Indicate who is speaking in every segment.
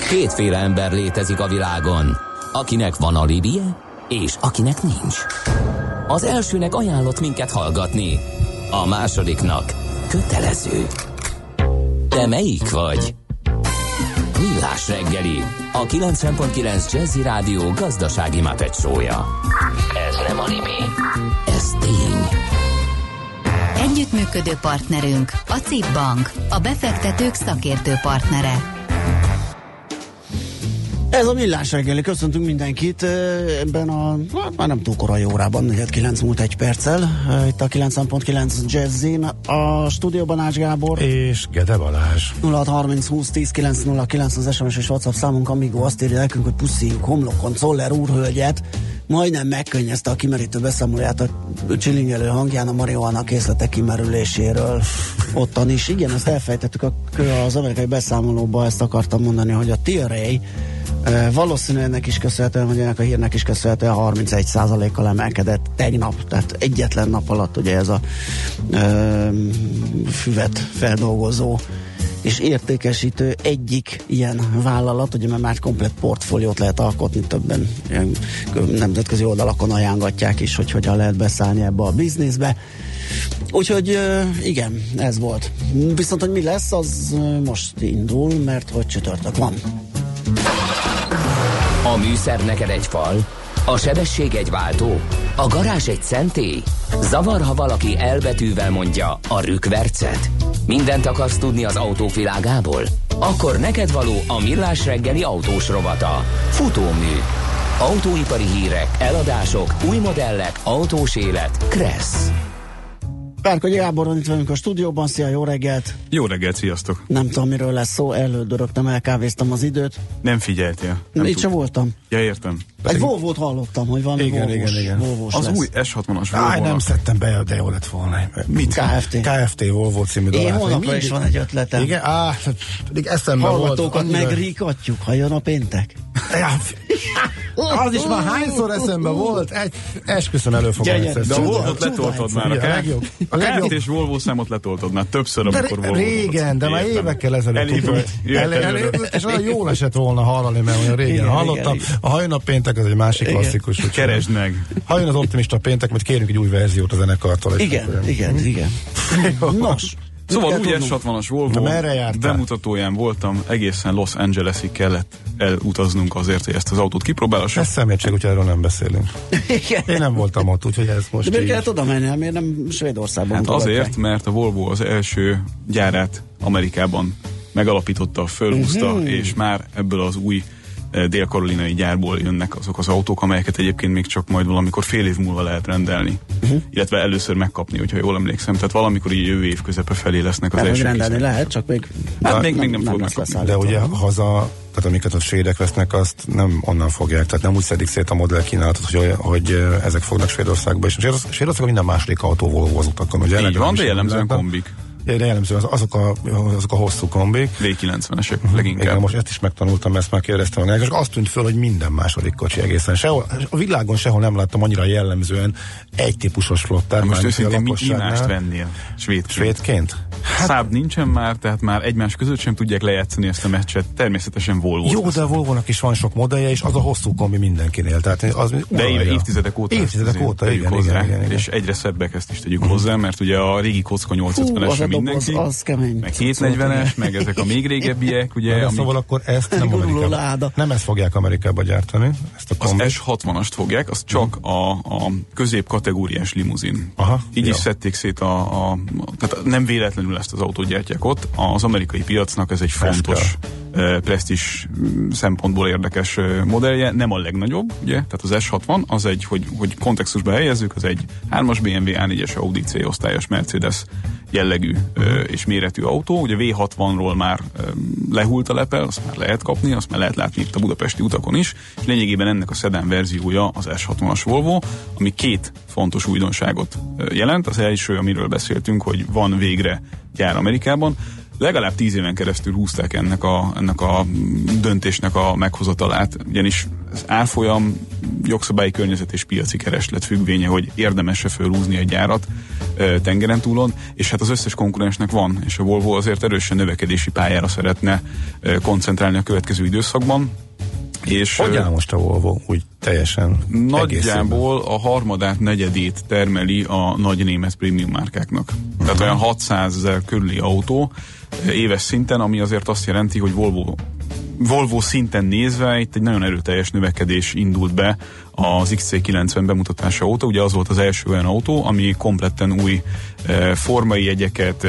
Speaker 1: Kétféle ember létezik a világon, akinek van alibije, és akinek nincs. Az elsőnek ajánlott minket hallgatni, a másodiknak kötelező. Te melyik vagy? Millás reggeli, a 90.9 Jazzy Rádió gazdasági Muppet show-ja. Ez nem anime, ez tény.
Speaker 2: Együttműködő partnerünk a CIP Bank, a befektetők szakértő partnere.
Speaker 3: Ez a Millás reggeli, köszöntünk mindenkit ebben a, már nem túl korai órában, 9 múlt 1 perccel, itt a 90.9 Jazzin, a stúdióban Ács Gábor
Speaker 4: és Gede Balázs.
Speaker 3: 0630 20 10 909 az SMS és WhatsApp számunk, Amigo azt írja nekünk, hogy puszíjuk homlokon Czoller úrhölgyet, majdnem megkönnyezte a kimerítő beszámolóját a csilingelő hangján a marihuana készletek kimerüléséről ottan is. Igen, ezt elfejtettük az amerikai beszámolóban, ezt akartam mondani, hogy a TRA valószínűleg ennek is köszönhetően, vagy ennek a hírnek is köszönhetően 31%-kal emelkedett tegnap, tehát egyetlen nap alatt ugye ez a füvet feldolgozó és értékesítő egyik ilyen vállalat, ugye mert már komplett portfóliót lehet alkotni, többen nemzetközi oldalakon ajánlatják is, hogy hogyan lehet beszállni ebbe a bizniszbe. Úgyhogy igen, ez volt. Viszont, hogy mi lesz, az most indul, mert hogy csütörtök van.
Speaker 1: A műszer neked egy fal, a sebesség egy váltó, a garázs egy szentély. Zavar, ha valaki elbetűvel mondja a rükvercet. Mindent akarsz tudni az autók világából? Akkor neked való a Millás reggeli autós rovata. Futómű. Autóipari hírek, eladások, új modellek, autós élet. Kressz.
Speaker 3: Párkony Gábor van itt velünk a stúdióban, szia, jó reggelt!
Speaker 5: Jó reggelt, sziasztok!
Speaker 3: Nem tudom, miről lesz szó, elődörögtem, elkávéztam az időt.
Speaker 5: Nem figyeltél?
Speaker 3: Itt sem voltam.
Speaker 5: Ja, értem.
Speaker 3: Egy Volvo-t hallottam, hogy van
Speaker 4: igen.
Speaker 3: Volvós
Speaker 5: az
Speaker 3: lesz.
Speaker 5: új S60-as
Speaker 4: Volvo. Nem szedtem be, de jó lett volna. Mit?
Speaker 3: KFT
Speaker 4: Volvo című
Speaker 3: dalát. Én holnapra is van egy ötletem.
Speaker 4: Igen? Pedig eszembe volt.
Speaker 3: Hallgatókat megrikatjuk, ha jön a péntek.
Speaker 4: Az is már hányszor eszembe volt, esküszöm elő fogom egyszer.
Speaker 5: De a Volvo-t letoltod már, a KFT és Volvo számot letoltod már többször, amikor Volvo.
Speaker 4: Régen, de már évekkel ezelőtt. És olyan jól esett volna hallani, mert olyan régen hallottam. Ha jön a péntek, az egy másik klasszikus.
Speaker 5: Keresd meg.
Speaker 4: Ha jön az optimista péntek, majd kérünk egy új verziót a zenekartól.
Speaker 3: Igen. Nos.
Speaker 5: Szóval új S60-as Volvo bemutatóján voltam, egészen Los Angelesig kellett elutaznunk azért, hogy ezt az autót kipróbálhassuk.
Speaker 4: Ez szemétség, úgyhogy erről nem beszélünk. Én nem voltam ott, úgyhogy ez most.
Speaker 3: De miért kellett oda menni? Miért nem Svédországban?
Speaker 5: Hát azért, mert a Volvo az első gyárát Amerikában megalapította, fölhúzta, és már ebből az új dél-karolinai gyárból jönnek azok az autók, amelyeket egyébként még csak majd valamikor fél év múlva lehet rendelni. Illetve először megkapni, hogyha jól emlékszem. Tehát valamikor így jövő év közepe felé lesznek az első.
Speaker 3: Rendelni lehet, csak még
Speaker 5: nem tudod megkapni.
Speaker 4: De ugye haza, tehát amiket a svédek vesznek, azt nem onnan fogják, tehát nem úgy szedik szét a modellkínálatot, hogy ezek fognak Svédországba. És Svédországban minden második autó Volvo az utakon. Ugye
Speaker 5: így van, de jellemzően kombik.
Speaker 4: Jellemzően azok a hosszú kombik.
Speaker 5: V90-esek leginkább.
Speaker 4: Igen, most ezt is megtanultam, ezt már kérdeztem meg, és azt tűnt föl, hogy minden második kocsi egészen. A világon sehol nem láttam annyira jellemzően egy típusos flottát.
Speaker 5: Most őszintén mi mást vennél
Speaker 4: svédként?
Speaker 5: Száb nincsen már, tehát már egymás között sem tudják lejátszani ezt a meccset. Természetesen Volvo.
Speaker 4: Jó, de a Volvo-nak is van sok modellje, és az a hosszú kombi mindenkinél. Tehát az
Speaker 5: de évtizedek óta. Igen. És egyre szebbek, ezt is tegyük hozzá, mert ugye a régi kocka 850-es mindenki,
Speaker 3: az kemény.
Speaker 5: meg 740-es, meg ezek a még régebbiek, ugye.
Speaker 4: Amik... Szóval akkor ezt nem ezt fogják Amerikába gyártani, ezt a kombit.
Speaker 5: Az S60-ast fogják, az csak a középkategóriás limuzin. Így is szedték szét tehát nem véletlenül ezt az autót gyártják ott. Az amerikai piacnak ez egy fontos presztízs szempontból érdekes modellje, nem a legnagyobb, ugye, tehát az S60 az egy, hogy kontextusba helyezzük, az egy 3-as BMW, A4-es Audi C-osztályos Mercedes jellegű és méretű autó, ugye V60-ról már lehult a lepel, azt már lehet kapni, azt már lehet látni itt a budapesti utakon is, és lényegében ennek a szedán verziója az S60-as Volvo, ami két fontos újdonságot jelent. Az első, amiről beszéltünk, hogy van végre gyár Amerikában, legalább 10 éven keresztül húzták ennek a döntésnek a meghozatalát, ugyanis az árfolyam jogszabályi környezet és piaci kereslet függvénye, hogy érdemes-e fölhúzni egy gyárat tengeren túlon, és hát az összes konkurensnek van, és a Volvo azért erősen növekedési pályára szeretne koncentrálni a következő időszakban. És
Speaker 4: hogy áll most a Volvo úgy teljesen?
Speaker 5: Nagyjából a harmadát, negyedét termeli a nagy német prémium márkáknak. Tehát olyan 600 000 körüli autó éves szinten, ami azért azt jelenti, hogy Volvo szinten nézve itt egy nagyon erőteljes növekedés indult be az XC90 bemutatása óta. Ugye az volt az első olyan autó, ami kompletten új formai jegyeket,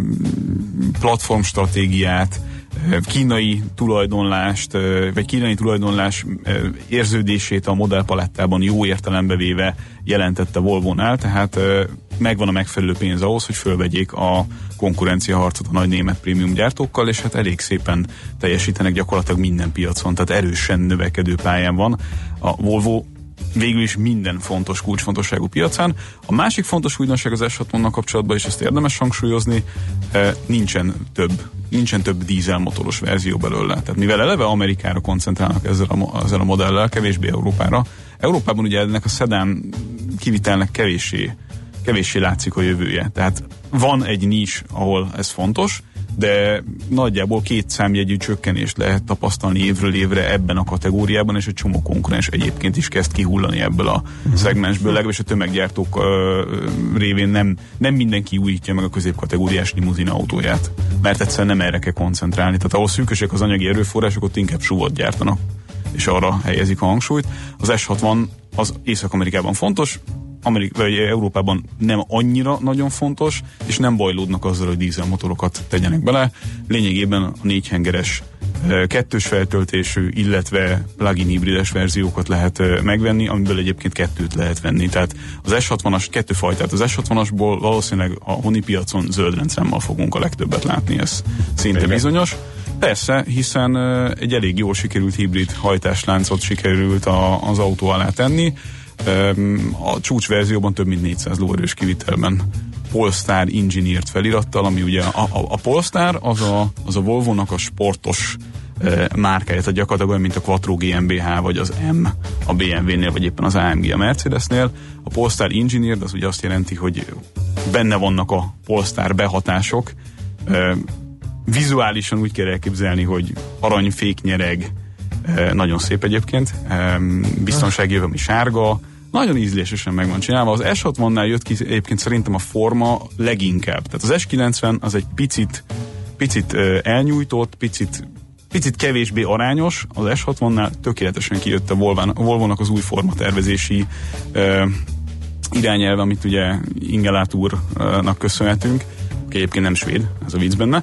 Speaker 5: platformstratégiát, kínai tulajdonlást, vagy kínai tulajdonlás érződését a modellpalettában jó értelembe véve jelentette Volvónál, tehát megvan a megfelelő pénz ahhoz, hogy fölvegyék a konkurenciaharcot a nagy német prémium gyártókkal, és hát elég szépen teljesítenek gyakorlatilag minden piacon, tehát erősen növekedő pályán van a Volvo végül is minden fontos, kulcsfontosságú piacán. A másik fontos újdonság az S60-nal kapcsolatban, és ezt érdemes hangsúlyozni, nincsen több dízelmotoros verzió belőle. Tehát mivel eleve Amerikára koncentrálnak ezzel a modellel, kevésbé Európára. Európában ugye ennek a szedán kivitelnek kevéssé látszik a jövője. Tehát van egy nis, ahol ez fontos, de nagyjából 2 számjegyű csökkenést lehet tapasztalni évről évre ebben a kategóriában, és egy csomó konkurens egyébként is kezd kihullani ebből a szegmensből, legalábbis a tömeggyártók révén nem mindenki újítja meg a középkategóriás limuzin autóját, mert egyszerűen nem erre kell koncentrálni. Tehát ahol szűkösek az anyagi erőforrások, ott inkább SUV-ot gyártanak, és arra helyezik a hangsúlyt. Az S60 az Észak-Amerikában fontos, vagy Európában nem annyira nagyon fontos, és nem bajlódnak azzal, hogy dízelmotorokat tegyenek bele. Lényegében a 4 hengeres kettős feltöltésű, illetve plug-in hibrides verziókat lehet megvenni, amiből egyébként 2 lehet venni. Tehát az S60-as, 2 fajtát az S60-asból valószínűleg a honi piacon zöld rendszámmal fogunk a legtöbbet látni, ez szinte bizonyos. Persze, hiszen egy elég jól sikerült hibrid hajtásláncot sikerült az autó alá tenni. A csúcsverzióban több mint 400 lóerős kivitelben Polestar Engineered felirattal, ami ugye a Polestar az a Volvo-nak a sportos márkája, tehát gyakorlatilag olyan, mint a Quattro GmbH, vagy az M a BMW-nél, vagy éppen az AMG a Mercedesnél. A Polestar Engineered az ugye azt jelenti, hogy benne vannak a Polestar behatások. Vizuálisan úgy kell elképzelni, hogy aranyféknyereg, nagyon szép egyébként, biztonsági öv, ami sárga, nagyon ízlésesen meg van csinálva. Az S60-nál jött ki egyébként szerintem a forma leginkább. Tehát az S90 az egy picit elnyújtott, picit kevésbé arányos, az S60-nál tökéletesen kijött a Volvo-nak az új formatervezési irányelve, amit ugye Ingelát úrnak köszönhetünk, aki egyébként nem svéd, ez a vicc benne.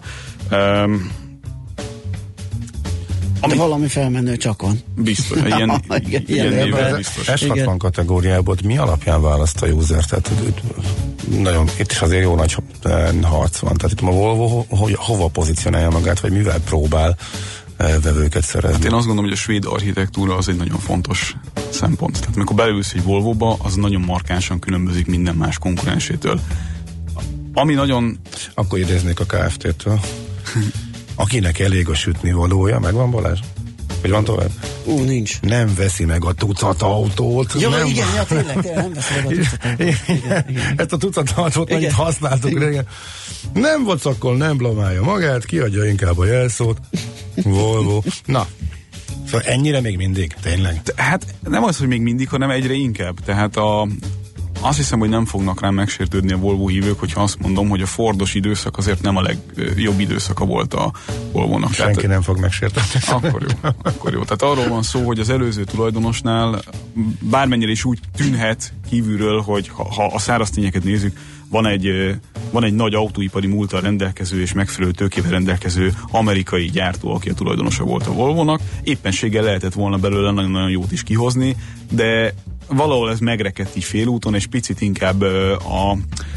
Speaker 3: De valami felmenő csak van.
Speaker 5: Biztos, ilyen biztos.
Speaker 4: S60 kategóriából mi alapján választ a user? Tehát nagyon, itt is azért jó nagy harc van. Tehát itt a Volvo hova pozícionálja magát, vagy mivel próbál vevőket szerezni? Hát
Speaker 5: én azt gondolom, hogy a svéd architektúra az egy nagyon fontos szempont. Tehát amikor beülsz egy Volvo-ba, az nagyon markánsan különbözik minden más konkurensétől. Ami nagyon...
Speaker 4: Akkor idéznék a Kft-től. Akinek elég a sütni valója, megvan Balázs? Hogy van tovább?
Speaker 3: Nincs.
Speaker 4: Nem veszi meg a tucat autót.
Speaker 3: Ja,
Speaker 4: nem...
Speaker 3: igen, tényleg, nem veszi meg a tucat autót. Igen.
Speaker 4: Ezt a tucat autót mennyit használtuk régen. Nem vacakkol, nem blamálja magát, kiadja inkább a jelszót. Volvo. Na, szóval ennyire még mindig, tényleg?
Speaker 5: Hát nem az, hogy még mindig, hanem egyre inkább. Tehát azt hiszem, hogy nem fognak rám megsértődni a Volvo hívők, hogyha azt mondom, hogy a Fordos időszak azért nem a legjobb időszaka volt a Volvo-nak.
Speaker 4: Senki tehát, nem fog megsértődni.
Speaker 5: Akkor jó. Tehát arról van szó, hogy az előző tulajdonosnál bármennyire is úgy tűnhet kívülről, hogy ha a száraz tényeket nézzük, van egy nagy autóipari múlttal rendelkező és megfelelő tőkével rendelkező amerikai gyártó, aki a tulajdonosa volt a Volvo-nak. Éppenséggel lehetett volna belőle nagyon-nagyon jót is kihozni, de valahol ez megrekedt így félúton, és picit inkább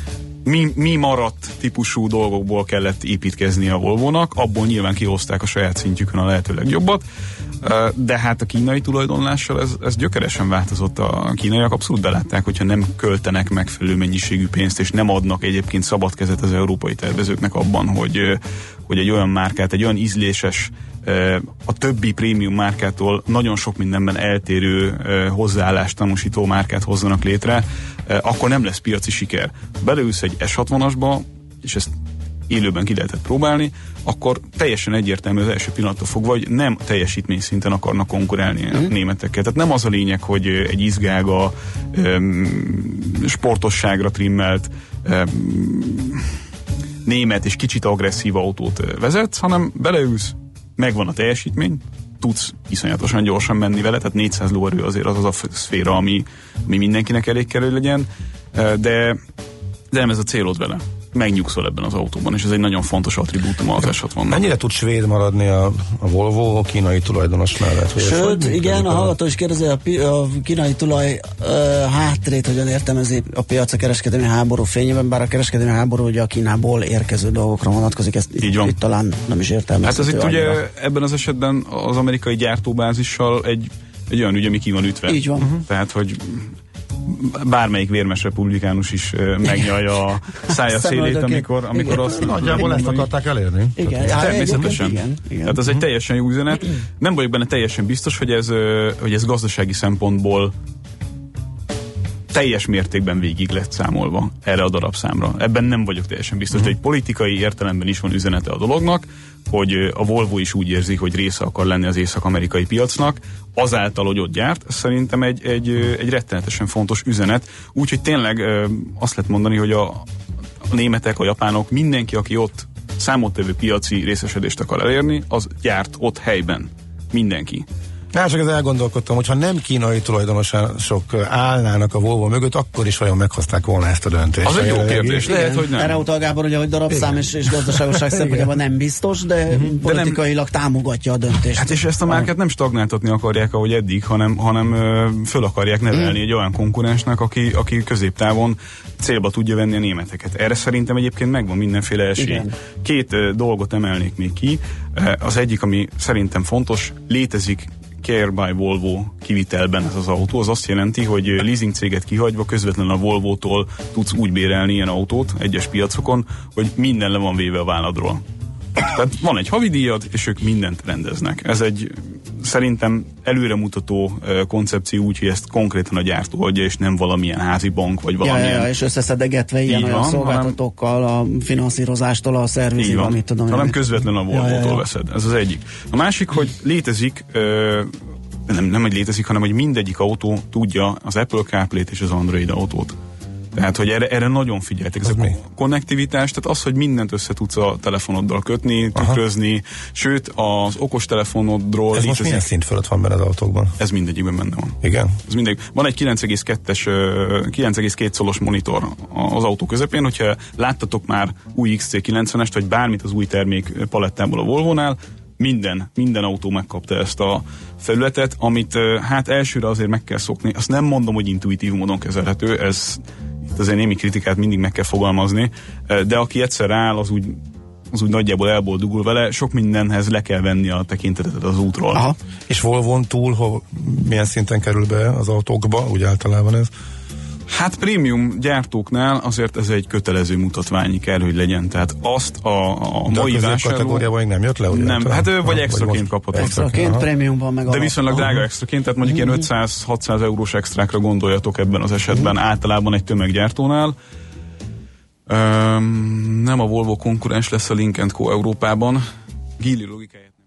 Speaker 5: mi maradt típusú dolgokból kellett építkezni a Volvónak, abból nyilván kihozták a saját szintjükön a lehető legjobbat, de hát a kínai tulajdonlással ez gyökeresen változott. A kínaiak abszolút belátták, hogyha nem költenek megfelelő mennyiségű pénzt, és nem adnak egyébként szabad kezet az európai tervezőknek abban, hogy egy olyan márkát, egy olyan ízléses, a többi prémium márkától nagyon sok mindenben eltérő hozzáállást tanúsító márkát hozzanak létre, akkor nem lesz piaci siker. Beleülsz egy S60-asba, és ezt élőben ki lehetett próbálni, akkor teljesen egyértelmű az első pillanattól fogva, hogy nem teljesítmény szinten akarnak konkurálni a németekkel. Tehát nem az a lényeg, hogy egy izgága, sportosságra trimmelt, német és kicsit agresszív autót vezetsz, hanem beleülsz, megvan a teljesítmény, tudsz iszonyatosan gyorsan menni vele, tehát 400 lóerő azért az a szféra, ami mindenkinek elég kell, hogy legyen, de nem ez a célod vele. Megnyugszol ebben az autóban, és ez egy nagyon fontos attribútum az S60-nak.
Speaker 4: Mennyire tud svéd maradni a Volvo a kínai tulajdonos mellett?
Speaker 3: Sőt, igen, a hallgató is kérdezi, a kínai tulaj hátterét hogyan értelmezi a piac a kereskedelmi háború fényében, bár a kereskedelmi háború ugye a Kínából érkező dolgokra vonatkozik, ezt itt talán nem is értelmezhető.
Speaker 5: Hát ez itt ugye ebben az esetben az amerikai gyártóbázissal egy olyan ügy, ami ki van ütve.
Speaker 3: Így van.
Speaker 5: Tehát, hogy bármelyik vérmes republikánus is megnyalja a szája szélét, amikor azt...
Speaker 4: Nagyjából ezt akarták elérni.
Speaker 3: Igen,
Speaker 5: természetesen.
Speaker 3: Igen.
Speaker 5: Tehát ez egy teljesen jó üzenet. Nem vagyok benne teljesen biztos, hogy ez gazdasági szempontból teljes mértékben végig lett számolva erre a darabszámra. Ebben nem vagyok teljesen biztos, de egy politikai értelemben is van üzenete a dolognak, hogy a Volvo is úgy érzi, hogy része akar lenni az észak-amerikai piacnak, azáltal, hogy ott gyárt, szerintem egy rettenetesen fontos üzenet. Úgyhogy tényleg azt lehet mondani, hogy a németek, a japánok, mindenki, aki ott számottevő piaci részesedést akar elérni, az gyárt ott helyben. Mindenki.
Speaker 4: Csak ezt elgondolkodtam, hogyha nem kínai tulajdonosok állnának a Volvo mögött, akkor is vajon meghozták volna ezt a döntést.
Speaker 5: Az egy jó kérdés, lehet, hogy nem.
Speaker 3: Erre utal Gábor, ugye, hogy darabszám és gazdaságosság szempontjában nem biztos, de politikailag támogatja a döntést.
Speaker 5: Hát és ezt a márkát nem stagnáltatni akarják, ahogy eddig, hanem föl akarják nevelni egy olyan konkurensnek, aki középtávon célba tudja venni a németeket. Erre szerintem egyébként megvan mindenféle esély. Igen. Két dolgot emelnék még ki. Az egyik, ami szerintem fontos, létezik Care by Volvo kivitelben ez az autó. Az azt jelenti, hogy leasing céget kihagyva közvetlenül a Volvótól tudsz úgy bérelni ilyen autót egyes piacokon, hogy minden le van véve a válladról. Tehát van egy havidíjad, és ők mindent rendeznek. Ez egy szerintem előremutató koncepció, úgyhogy ezt konkrétan a gyártó adja, és nem valamilyen házi bank, vagy valamilyen...
Speaker 3: és összeszedegetve ilyen olyan szolgáltatókkal, a finanszírozástól, a szervizig, amit tudom.
Speaker 5: Hanem közvetlenül a Volvótól veszed. Ez az egyik. A másik, hogy létezik, nem hogy létezik, hanem hogy mindegyik autó tudja az Apple CarPlay-t és az Android autót. Tehát, hogy erre nagyon figyeltek. Ez a konnektivitás, tehát az, hogy mindent össze tudsz a telefonoddal kötni, tükrözni, sőt, az okostelefonodról...
Speaker 4: Ez most milyen szint fölött van benne az autókban?
Speaker 5: Ez mindegyikben benne van.
Speaker 4: Igen?
Speaker 5: Ez mindegy. Van egy 9,2 szolos monitor az autó közepén, hogyha láttatok már új XC90-est, vagy bármit az új termék palettából a Volvónál, minden autó megkapta ezt a felületet, amit hát elsőre azért meg kell szokni. Azt nem mondom, hogy intuitív módon kezelhető, itt azért némi kritikát mindig meg kell fogalmazni, de aki egyszer áll, az úgy nagyjából elboldogul vele, sok mindenhez le kell venni a tekintetet az útról.
Speaker 4: Aha. És Volvon túl, milyen szinten kerül be az autókba, úgy általában ez?
Speaker 5: Hát prémium gyártóknál azért ez egy kötelező mutatvány kell, hogy legyen. Tehát azt a mai vásárló...
Speaker 4: kategóriában még nem jött le? Ugye?
Speaker 5: Nem, hát vagy extraként kapható.
Speaker 3: Extraként, prémiumban meg
Speaker 5: de viszonylag drága extraként, tehát mondjuk ilyen 500-600 eurós extrákra gondoljatok ebben az esetben általában egy tömeggyártónál. Nem a Volvo konkurens lesz a Lynk & Co. Európában. Geely logikáját nem.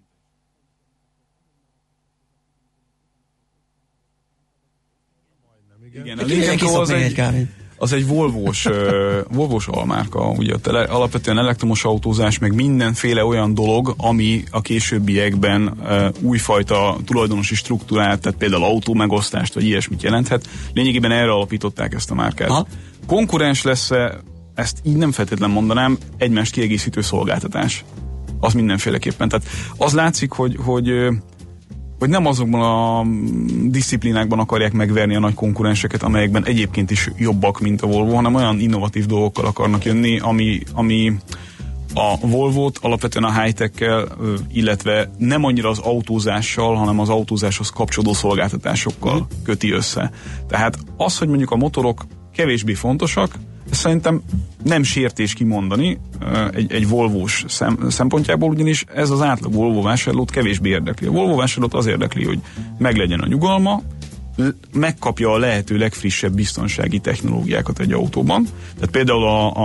Speaker 5: Igen, a Lynk & Co. az egy Volvós almárka, ugye alapvetően elektromos autózás, meg mindenféle olyan dolog, ami a későbbiekben újfajta tulajdonosi struktúrát, tehát például autómegosztást, vagy ilyesmit jelenthet. Lényegében erre alapították ezt a márkát. Ha? Konkurens lesz-e, ezt így nem feltétlenül mondanám, egymást kiegészítő szolgáltatás. Az mindenféleképpen. Tehát az látszik, hogy hogy nem azokban a diszciplinákban akarják megverni a nagy konkurenseket, amelyekben egyébként is jobbak, mint a Volvo, hanem olyan innovatív dolgokkal akarnak jönni, ami a Volvót alapvetően a high-tech-kel, illetve nem annyira az autózással, hanem az autózáshoz kapcsolódó szolgáltatásokkal köti össze. Tehát az, hogy mondjuk a motorok kevésbé fontosak, szerintem nem sértés kimondani egy Volvós szempontjából, ugyanis ez az átlag Volvo vásárlót kevésbé érdekli. A Volvo vásárlót az érdekli, hogy meglegyen a nyugalma, megkapja a lehető legfrissebb biztonsági technológiákat egy autóban. Tehát például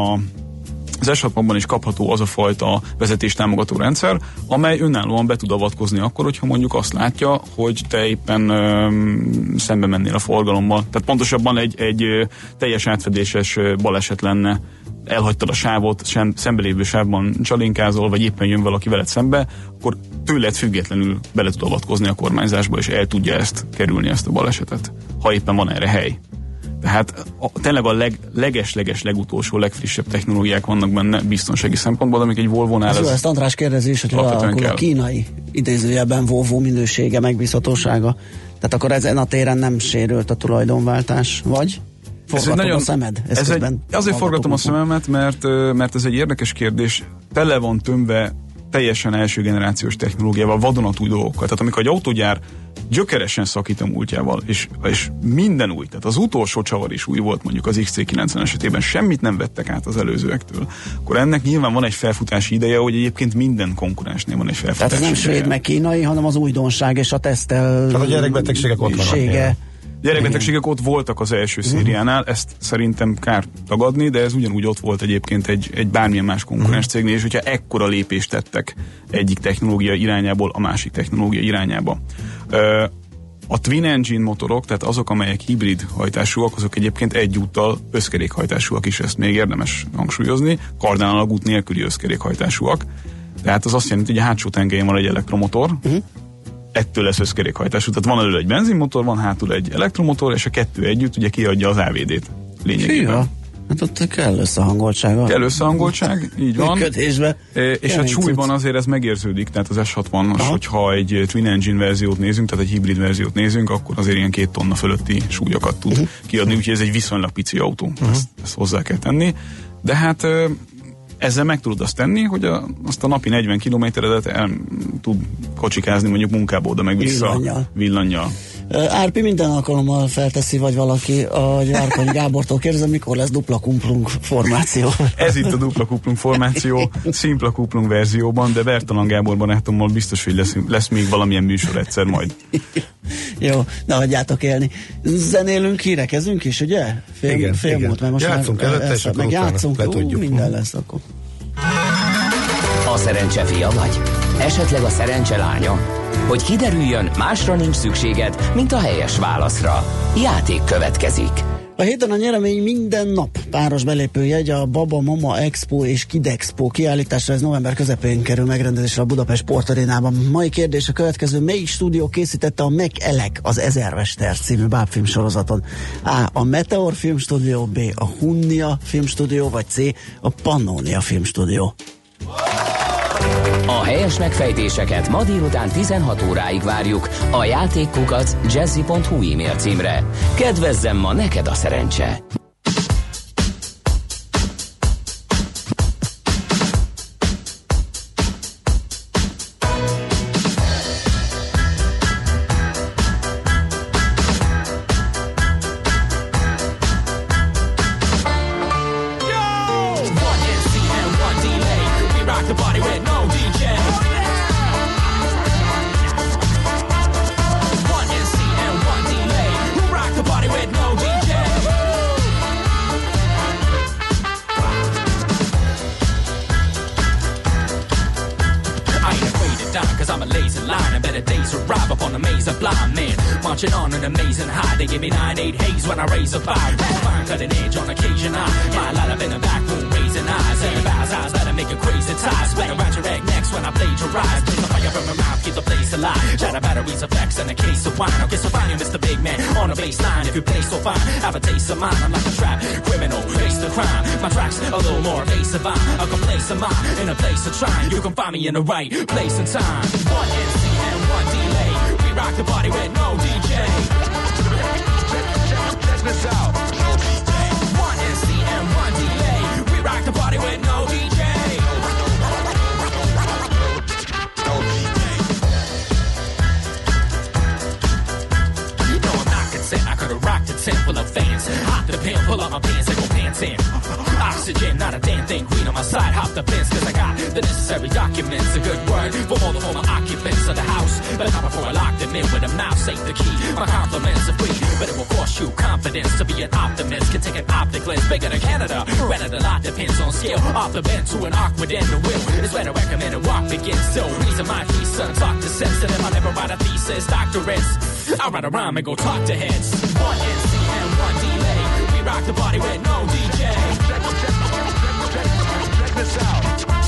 Speaker 5: az S6-ban is kapható az a fajta vezetéstámogató rendszer, amely önállóan be tud avatkozni akkor, hogyha mondjuk azt látja, hogy te éppen szembe mennél a forgalommal. Tehát pontosabban egy teljes átfedéses baleset lenne, elhagytad a sávot, szembelévő sávban csalinkázol, vagy éppen jön valaki veled szembe, akkor tőled függetlenül bele tud avatkozni a kormányzásba, és el tudja ezt kerülni, ezt a balesetet, ha éppen van erre hely. Tehát tényleg a leges-leges legutolsó, legfrissebb technológiák vannak benne biztonsági szempontból, amik egy Volvo-nál
Speaker 3: ezt András kérdezi is, hogy a kínai idézőjelben Volvo minősége, megbízhatósága. Tehát akkor ezen a téren nem sérült a tulajdonváltás, vagy? Forgatod a szemed?
Speaker 5: Azért forgatom a szememet, mert ez egy érdekes kérdés. Tele van tömve teljesen első generációs technológiával, vadonatúj dolgokkal. Tehát amikor egy autógyár gyökeresen szakít a múltjával, és minden új, tehát az utolsó csavar is új volt, mondjuk az XC90 esetében, semmit nem vettek át az előzőektől, akkor ennek nyilván van egy felfutási ideje, hogy egyébként minden konkurensnél van egy felfutási
Speaker 3: ideje. Tehát ez nem svéd meg kínai, hanem az újdonság és a tesztel...
Speaker 4: Tehát a gyerekbetegségek ott vannak.
Speaker 5: Gyerekbetegségek ott voltak az első szériánál, ezt szerintem kár tagadni, de ez ugyanúgy ott volt egyébként egy bármilyen más konkurens cégnél, és hogyha ekkora lépést tettek egyik technológia irányából a másik technológia irányába. A twin engine motorok, tehát azok, amelyek hibrid hajtásúak, azok egyébként egyúttal összkerékhajtásúak is, ezt még érdemes hangsúlyozni, kardánalagút nélküli összkerékhajtásúak. Tehát az azt jelenti, hogy a hátsó tengelyén van egy elektromotor, ettől lesz összkerékhajtású. Tehát van elő egy benzinmotor, van hátul egy elektromotor, és a kettő együtt ugye kiadja az AVD-t lényegében.
Speaker 3: Hát ott kell összehangoltság.
Speaker 5: Kell összehangoltság, így van.
Speaker 3: Működésbe.
Speaker 5: És a súlyban azért ez megérződik, tehát az S60-as, hogyha egy twin engine verziót nézünk, tehát egy hibrid verziót nézünk, akkor azért ilyen 2 tonna fölötti súlyokat tud kiadni, úgyhogy ez egy viszonylag pici autó. Ezt hozzá kell tenni. De hát ezzel meg tudod azt tenni, hogy azt a napi 40 kilométeredet el tud kocsikázni mondjuk munkába oda meg vissza villannyal.
Speaker 3: Árpi minden alkalommal felteszi, vagy valaki a Várkonyi Gábortól kérdezem, mikor lesz dupla kuplung formáció.
Speaker 5: Ez itt a dupla kuplung formáció, szimpla kuplung verzióban, de Bertalan Gábor barátommal biztos, hogy lesz még valamilyen műsor egyszer majd.
Speaker 3: Jó, ne hagyjátok élni. Zenélünk, hírekezünk is, ugye? Fél múlt, mert most
Speaker 4: játszunk előtte, és akkor
Speaker 3: játszunk, minden lesz akkor.
Speaker 1: A szerencse fia vagy? Esetleg a szerencse lánya? Hogy kiderüljön, másra nincs szükséged, mint a helyes válaszra. Játék következik.
Speaker 3: A héten a nyeremény minden nap páros belépőjegy a Baba Mama Expo és Kid Expo kiállításra, ez november közepén kerül megrendezésre a Budapest Sportarénában. Mai kérdés a következő: melyik stúdió készítette a McElek az Ezermester című bábfilm sorozaton? A Meteor Filmstúdió, B a Hunnia Filmstúdió, vagy C a Pannonia Filmstúdió?
Speaker 1: A helyes megfejtéseket ma délután 16 óráig várjuk a játékkukac jazzy.hu e-mail címre. Kedvezzem ma neked a szerencse!
Speaker 6: Marching on an amazing high. They give me 9-8 haze when I raise a bar. Fine cutting edge on occasion. My light up in the back room raising eyes. Everybody's eyes better make a crazy ties. Better around your egg next when I plagiarize. Blaze the fire from my mouth, keep the place alive. Shatter batteries, effects, and a case of wine. I'll get so fine, you Mr. Big Man on the baseline. If you play so fine, have a taste of mine. I'm like a trap criminal, face the crime. My tracks a little more evasive. I'm a complacent mind in a place of trying. You can find me in the right place and time. One MC and one delay. We rock Pull up my pants and go pants in. Oxygen, not a damn thing. Green on my side, hop the fence, cause I got the necessary documents. A good word from all the former occupants of the house. But not before I lock them in with a mouse, ain't the key. My compliments are free, but it will cost you confidence. To be an optimist can take an optic lens bigger than Canada. Rented a lot depends on scale. Off the bend to an awkward end. The will is where to recommend a walk begins. So reason my piece, son, talk to sensitive. I never write a thesis, doctorates. I write a rhyme and go talk to heads. One NC and one delay. We rock the party with no DJ. Check this out.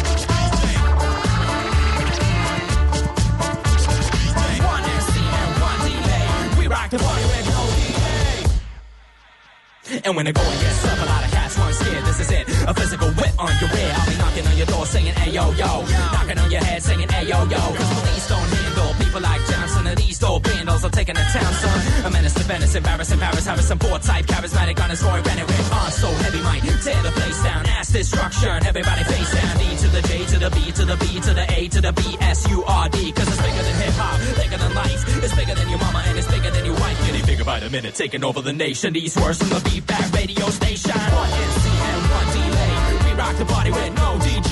Speaker 6: One NC and one delay. We rock the party with no DJ. And when the going gets up, a lot of cats weren't scared. This is it, a physical whip on your rear. I'll be knocking on your door saying, hey yo yo. Knocking on your head saying, hey yo yo. Cause police don't handle people like Johnson. And these old bandals are taking the town, son. A menace to Venice, embarrassing Paris. Harrison Ford type, charismatic on his Roy Renner. On so heavy, might tear the place down. Ass destruction, everybody face down. D to the J to the B to the B to the A to the B S-U-R-D. Cause it's bigger than hip hop, bigger than life. It's bigger than your mama and it's bigger than your wife. Getting bigger by the minute, taking over the nation. These words from the beatback radio station. One NC and one delay. We rock the party with no DJ.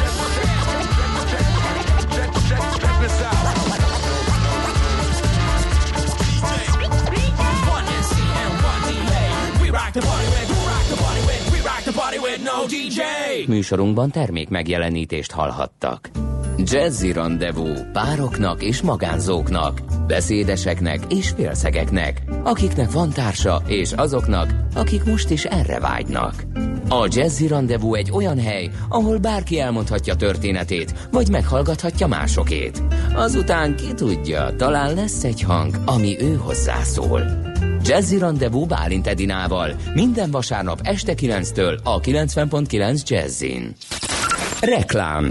Speaker 6: Check this out. One NC and one delay. We rock the party with, we rock the party with, we rock the party with no DJ.
Speaker 1: Műsorunkban termék megjelenítést hallhattak. Jazzy Rendezvous pároknak és magánzóknak, beszédeseknek és félszegeknek, akiknek van társa és azoknak, akik most is erre vágynak. A Jazzy Rendezvous egy olyan hely, ahol bárki elmondhatja történetét, vagy meghallgathatja másokét. Azután ki tudja, talán lesz egy hang, ami ő hozzászól. Jazzy Rendezvous Bálint Edinával minden vasárnap este 9-től a 90.9 Jazzin. Reklám.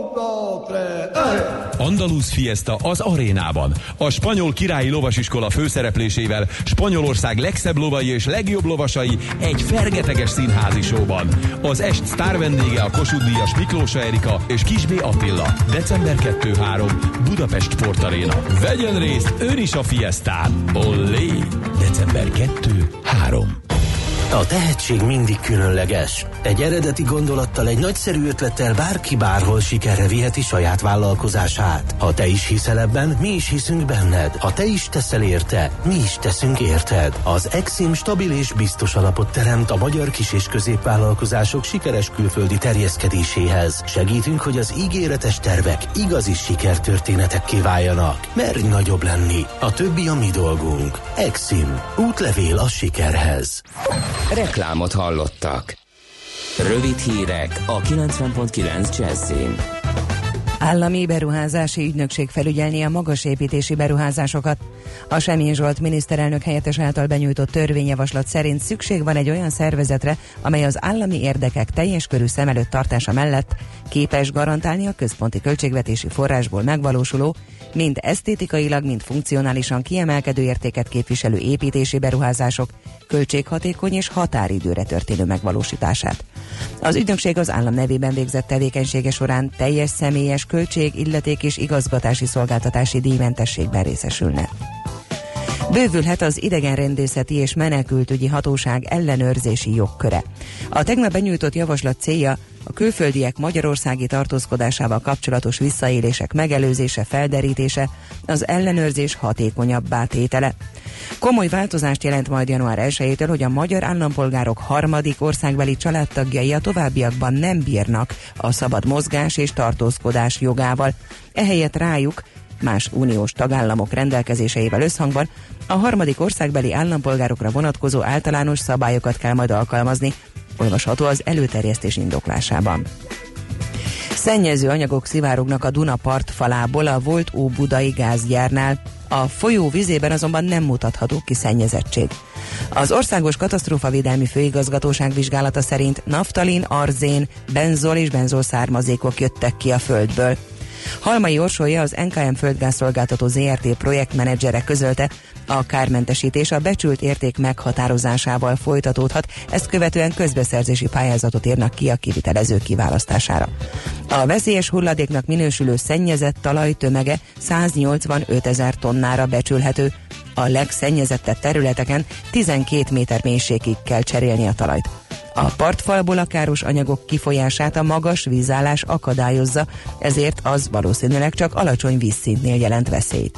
Speaker 7: Andalúz Fiesta az arénában. A Spanyol Királyi Lovasiskola főszereplésével Spanyolország legszebb lovai és legjobb lovasai egy fergeteges színházi showban. Az est sztár vendége a Kossuth-díjas Miklósa Erika és Kisbé Attila. December 2-3 Budapest Sport Arena. Vegyen részt ön is a fiesztán. Ollé! December 2-3.
Speaker 8: A tehetség mindig különleges. Egy eredeti gondolattal, egy nagyszerű ötlettel bárki bárhol sikerre viheti saját vállalkozását. Ha te is hiszel ebben, mi is hiszünk benned. Ha te is teszel érte, mi is teszünk érted. Az Exim stabil és biztos alapot teremt a magyar kis- és középvállalkozások sikeres külföldi terjeszkedéséhez. Segítünk, hogy az ígéretes tervek igazi sikertörténetekké váljanak. Merj nagyobb lenni. A többi a mi dolgunk. Exim. Útlevél a sikerhez.
Speaker 1: Reklámot hallottak. Rövid hírek a 90.9 Jazzin.
Speaker 9: Állami beruházási ügynökség felügyelni a magasépítési beruházásokat. A Semjén Zsolt miniszterelnök helyettes által benyújtott törvényjavaslat szerint szükség van egy olyan szervezetre, amely az állami érdekek teljes körű szem előtt tartása mellett képes garantálni a központi költségvetési forrásból megvalósuló, mind esztétikailag, mind funkcionálisan kiemelkedő értéket képviselő építési beruházások költséghatékony és határidőre történő megvalósítását. Az ügynökség az állam nevében végzett tevékenysége során teljes személyes költség, illeték és igazgatási szolgáltatási díjmentességben részesülne. Bővülhet az idegenrendészeti és menekültügyi hatóság ellenőrzési jogköre. A tegnap benyújtott javaslat célja a külföldiek magyarországi tartózkodásával kapcsolatos visszaélések megelőzése, felderítése, az ellenőrzés hatékonyabbá tétele. Komoly változást jelent majd január 1-től, hogy a magyar állampolgárok harmadik országbeli családtagjai a továbbiakban nem bírnak a szabad mozgás és tartózkodás jogával. Ehelyett rájuk más uniós tagállamok rendelkezéseivel összhangban a harmadik országbeli állampolgárokra vonatkozó általános szabályokat kell majd alkalmazni, olvasható az előterjesztés indoklásában. Szennyező anyagok szivárognak a Duna partfalából a volt óbudai gázgyárnál. A folyó vizében azonban nem mutatható ki szennyezettség. Az Országos Katasztrófavédelmi Főigazgatóság vizsgálata szerint naftalin, arzén, benzol és benzol származékok jöttek ki a földből. Halmai Orsolya, az NKM Földgázszolgáltató ZRT projektmenedzsere közölte, a kármentesítés a becsült érték meghatározásával folytatódhat, ezt követően közbeszerzési pályázatot írnak ki a kivitelező kiválasztására. A veszélyes hulladéknak minősülő szennyezett talaj tömege 185 000 tonnára becsülhető. A legszennyezettebb területeken 12 méter mélységig kell cserélni a talajt. A partfalból a káros anyagok kifolyását a magas vízállás akadályozza, ezért az valószínűleg csak alacsony vízszintnél jelent veszélyt.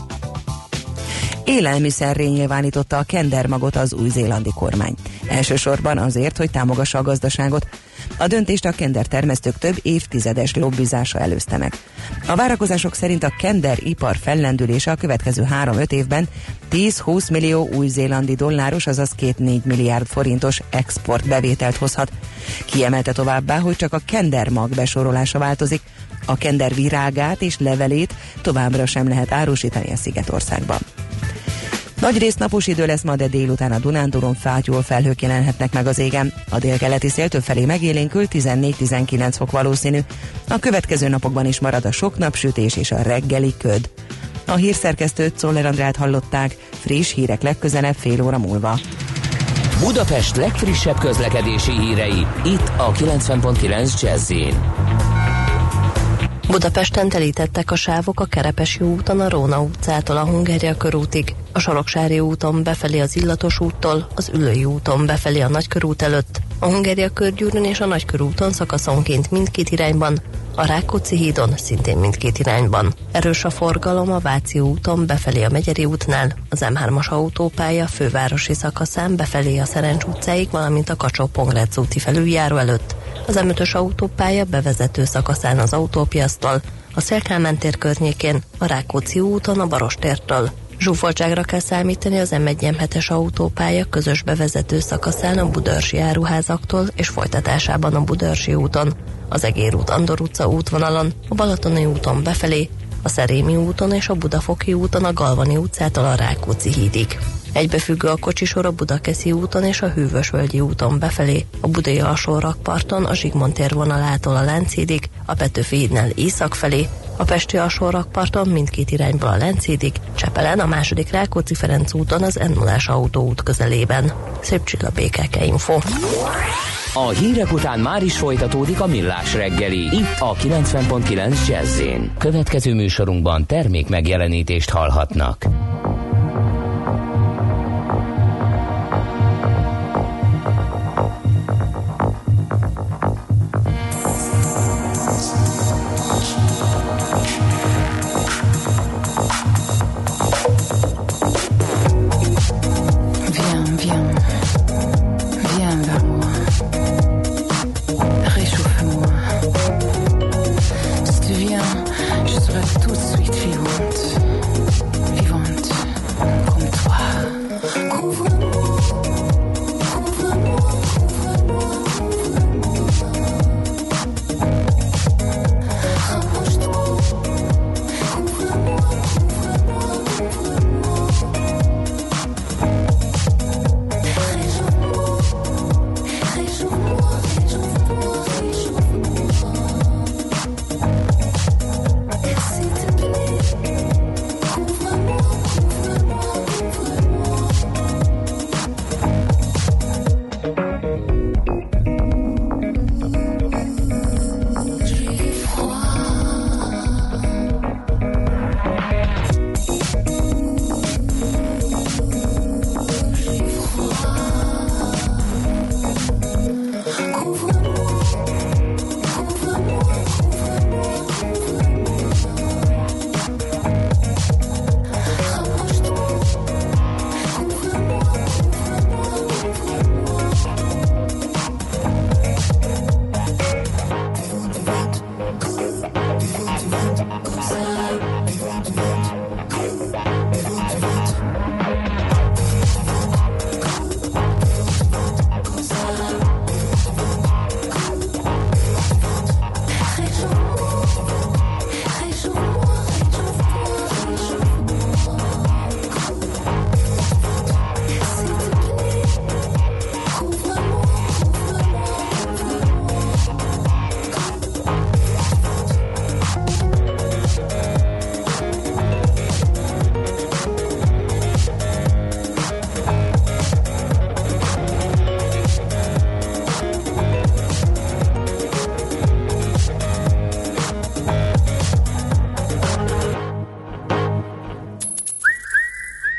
Speaker 9: Élelmiszerré nyilvánította a kendermagot az új-zélandi kormány. Elsősorban azért, hogy támogassa a gazdaságot. A döntést a kendertermesztők több évtizedes lobbizása előzte meg. A várakozások szerint a kenderipar fellendülése a következő 3-5 évben 10-20 millió új-zélandi dolláros, azaz 2-4 milliárd forintos exportbevételt hozhat. Kiemelte továbbá, hogy csak a kendermag besorolása változik, a kender virágát és levelét továbbra sem lehet árusítani a Szigetországban. Nagyrészt napos idő lesz ma, de délután a Dunántúlon fátyol felhők jelenhetnek meg az égen. A délkeleti szél többfelé megélénkül, 14-19 fok valószínű. A következő napokban is marad a sok napsütés és a reggeli köd. A hírszerkesztőt, Czoller Andrát hallották, friss hírek legközelebb fél óra múlva.
Speaker 1: Budapest legfrissebb közlekedési hírei, itt a 90.9 Jazz-in.
Speaker 10: Budapesten telítettek a sávok a Kerepesi úton a Róna utcától a Hungária körútig, a Soroksári úton befelé az Illatos úttól, az Üllői úton befelé a Nagykörút előtt, a Hungária körgyűrűn és a Nagykörúton szakaszonként mindkét irányban, a Rákóczi hídon szintén mindkét irányban. Erős a forgalom a Váci úton befelé a Megyeri útnál, az M3-as autópálya fővárosi szakaszán befelé a Szerencs utcáig, valamint a Kacsó-Pongrác úti felüljáró előtt. Az M5-ös autópálya bevezető szakaszán az Autópiasztól, a Széll-Kálmán tér környékén, a Rákóczi úton a Barostértől. Zsúfoltságra kell számítani az M1-M7-es autópálya közös bevezető szakaszán a Budaörsi áruházaktól és folytatásában a Budaörsi úton, az Egér út Andor utca útvonalon, a Balatoni úton befelé, a Szerémi úton és a Budafoki úton a Galvani utcától a Rákóczi hídig. Egybefüggő a kocsisor a Budakeszi úton és a Hűvösvölgyi úton befelé, a Budai alsórakparton a Zsigmond tér vonalától a Lánchídig, a Petőfi hídnál észak felé, a Pesti alsórakparton mindkét irányból a Lánchídig, Csepelen a második Rákóczi-Ferenc úton az M0-as autóút közelében. Szép Csilla, BKK Info.
Speaker 1: A hírek után már is folytatódik a Millás reggeli, itt a 90.9 Jazz-in. Következő műsorunkban termék megjelenítést hallhatnak.
Speaker 11: Tout de suite vivante, vivante.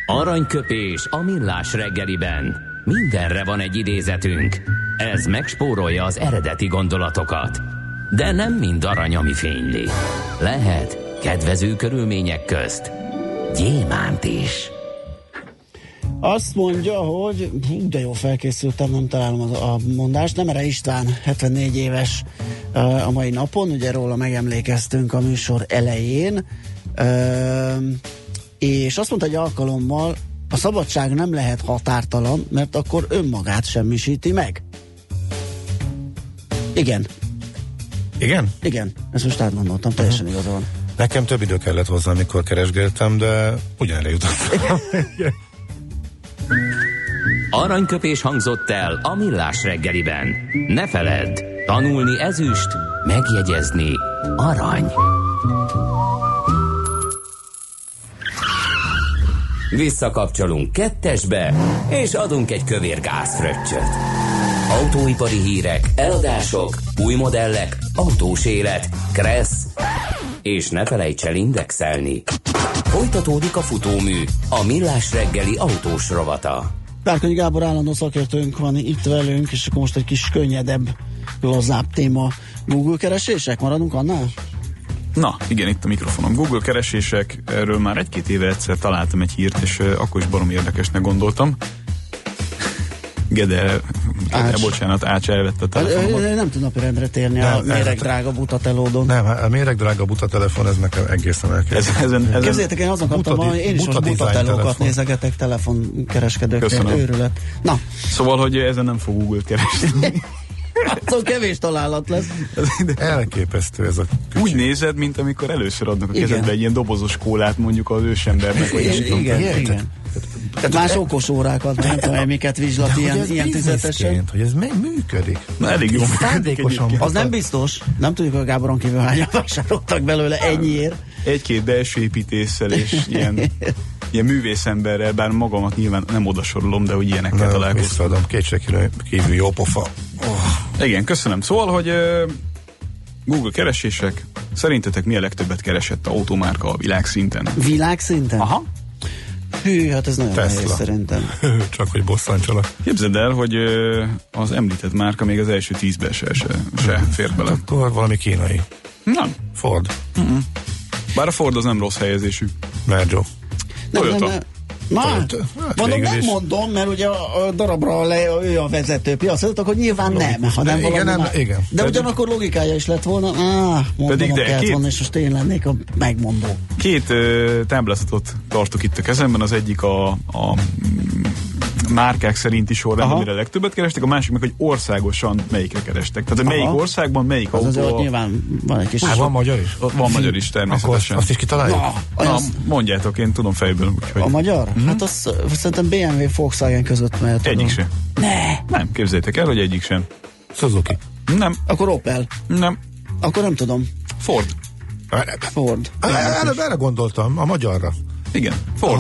Speaker 1: Aranyköpés a millás reggeliben. Mindenre van egy idézetünk. Ez megspórolja az eredeti gondolatokat. De nem mind arany, ami fényli. Lehet kedvező körülmények közt gyémánt is.
Speaker 3: Azt mondja, hogy de jó felkészültem, nem találom a mondást. Nemere István, 74 éves a mai napon, ugye róla megemlékeztünk a műsor elején, és azt mondta egy alkalommal, a szabadság nem lehet határtalan, mert akkor önmagát semmisíti meg. Igen.
Speaker 4: Igen?
Speaker 3: Igen, ezt most átgondoltam, teljesen igaza van.
Speaker 4: Nekem több idő kellett hozzá, amikor keresgéltem, de ugyanerre jutottam.
Speaker 1: Aranyköpés hangzott el a millás reggeliben. Ne feledd, tanulni ezüst, megjegyezni arany. Visszakapcsolunk kettesbe, és adunk egy kövér gázfröccsöt. Autóipari hírek, eladások, új modellek, autós élet, kressz, és ne felejts el indexelni. Folytatódik a futómű, a millás reggeli autós rovata.
Speaker 3: Várkonyi Gábor állandó szakértőnk van itt velünk, és akkor most egy kis könnyedebb, lazább téma. Google keresések, maradunk annál?
Speaker 5: Na, igen, itt a mikrofonom. Google keresések, erről már egy-két éve egyszer találtam egy hírt, és akkor is barom érdekesnek gondoltam. Gede, bocsánat, Ács elvette a telefonomat.
Speaker 3: Nem tud napirendre térni a méregdrága butatelódon.
Speaker 4: Nem, a méregdrága butatelefon, ez nekem egészen elkezdő.
Speaker 3: Képzeljétek, én azon kaptam, hogy én is most butatelókat nézegetek telefonkereskedőknél, őrület. Na.
Speaker 5: Szóval, hogy ezen nem fog Google keresni.
Speaker 3: Szóval kevés találat lesz.
Speaker 4: Elképesztő ez a kücső.
Speaker 5: Úgy nézed, mint amikor először adnak a kezedbe egy ilyen dobozos kólát mondjuk az ősembernek.
Speaker 3: Igen. Tehát más okos órákat, nem tudom, miket vizslat ilyen tüzetesen.
Speaker 4: Hogy ez működik.
Speaker 5: Na, elég jó.
Speaker 3: Az nem biztos. Nem tudjuk, hogy a Gáboron kívül hányan vásároltak belőle ennyiért.
Speaker 5: Egy-két belső építéssel és ilyen művészemberrel, bár magamat nyilván nem odasorolom, de hogy ilyenekkel találkoztam.
Speaker 4: Visszaadom, kétségkívül jó pofa.
Speaker 5: Igen, köszönöm. Szóval, hogy Google keresések, szerintetek mi a legtöbbet keresett automárka a világszinten?
Speaker 3: Világszinten?
Speaker 5: Aha.
Speaker 3: Hű, hát ez nagyon nehéz szerintem.
Speaker 4: Csak hogy bosszantsalak.
Speaker 5: Képzeld el, hogy az említett márka még az első 10-ben se fér bele.
Speaker 4: Akkor valami kínai.
Speaker 5: Nem.
Speaker 4: Ford.
Speaker 5: Bár a Ford az nem rossz helyezésű.
Speaker 4: Merjo.
Speaker 5: Toyota.
Speaker 3: Mondom, nem mondom, mert ugye a darabra ő a vezető piacot, hogy nyilván nem, hanem valami
Speaker 4: igen.
Speaker 3: De pedig, ugyanakkor logikája is lett volna, mondom, kellett volna, és most én lennék a megmondó.
Speaker 5: Két táblázatot tartok itt a kezemben, az egyik a márkák szerinti sorrendben, amire legtöbbet kerestek, a másik meg, hogy országosan melyikre kerestek. Tehát, hogy melyik országban, melyik autó.
Speaker 3: Az nyilván van egy kis...
Speaker 4: Van magyar is?
Speaker 5: Van magyar is, természetesen.
Speaker 4: Akkor azt is kitaláljuk?
Speaker 5: Na, mondjátok, én tudom fejből. Úgyhogy...
Speaker 3: A magyar? Hát az szerintem BMW, Volkswagen között mehet.
Speaker 5: Egyik sem.
Speaker 3: Nem,
Speaker 5: képzeljétek el, hogy egyik sem.
Speaker 4: Suzuki.
Speaker 5: Nem.
Speaker 3: Akkor Opel.
Speaker 5: Nem.
Speaker 3: Akkor nem tudom.
Speaker 5: Ford.
Speaker 4: Erre gondoltam, a magyarra.
Speaker 5: Igen, Ford.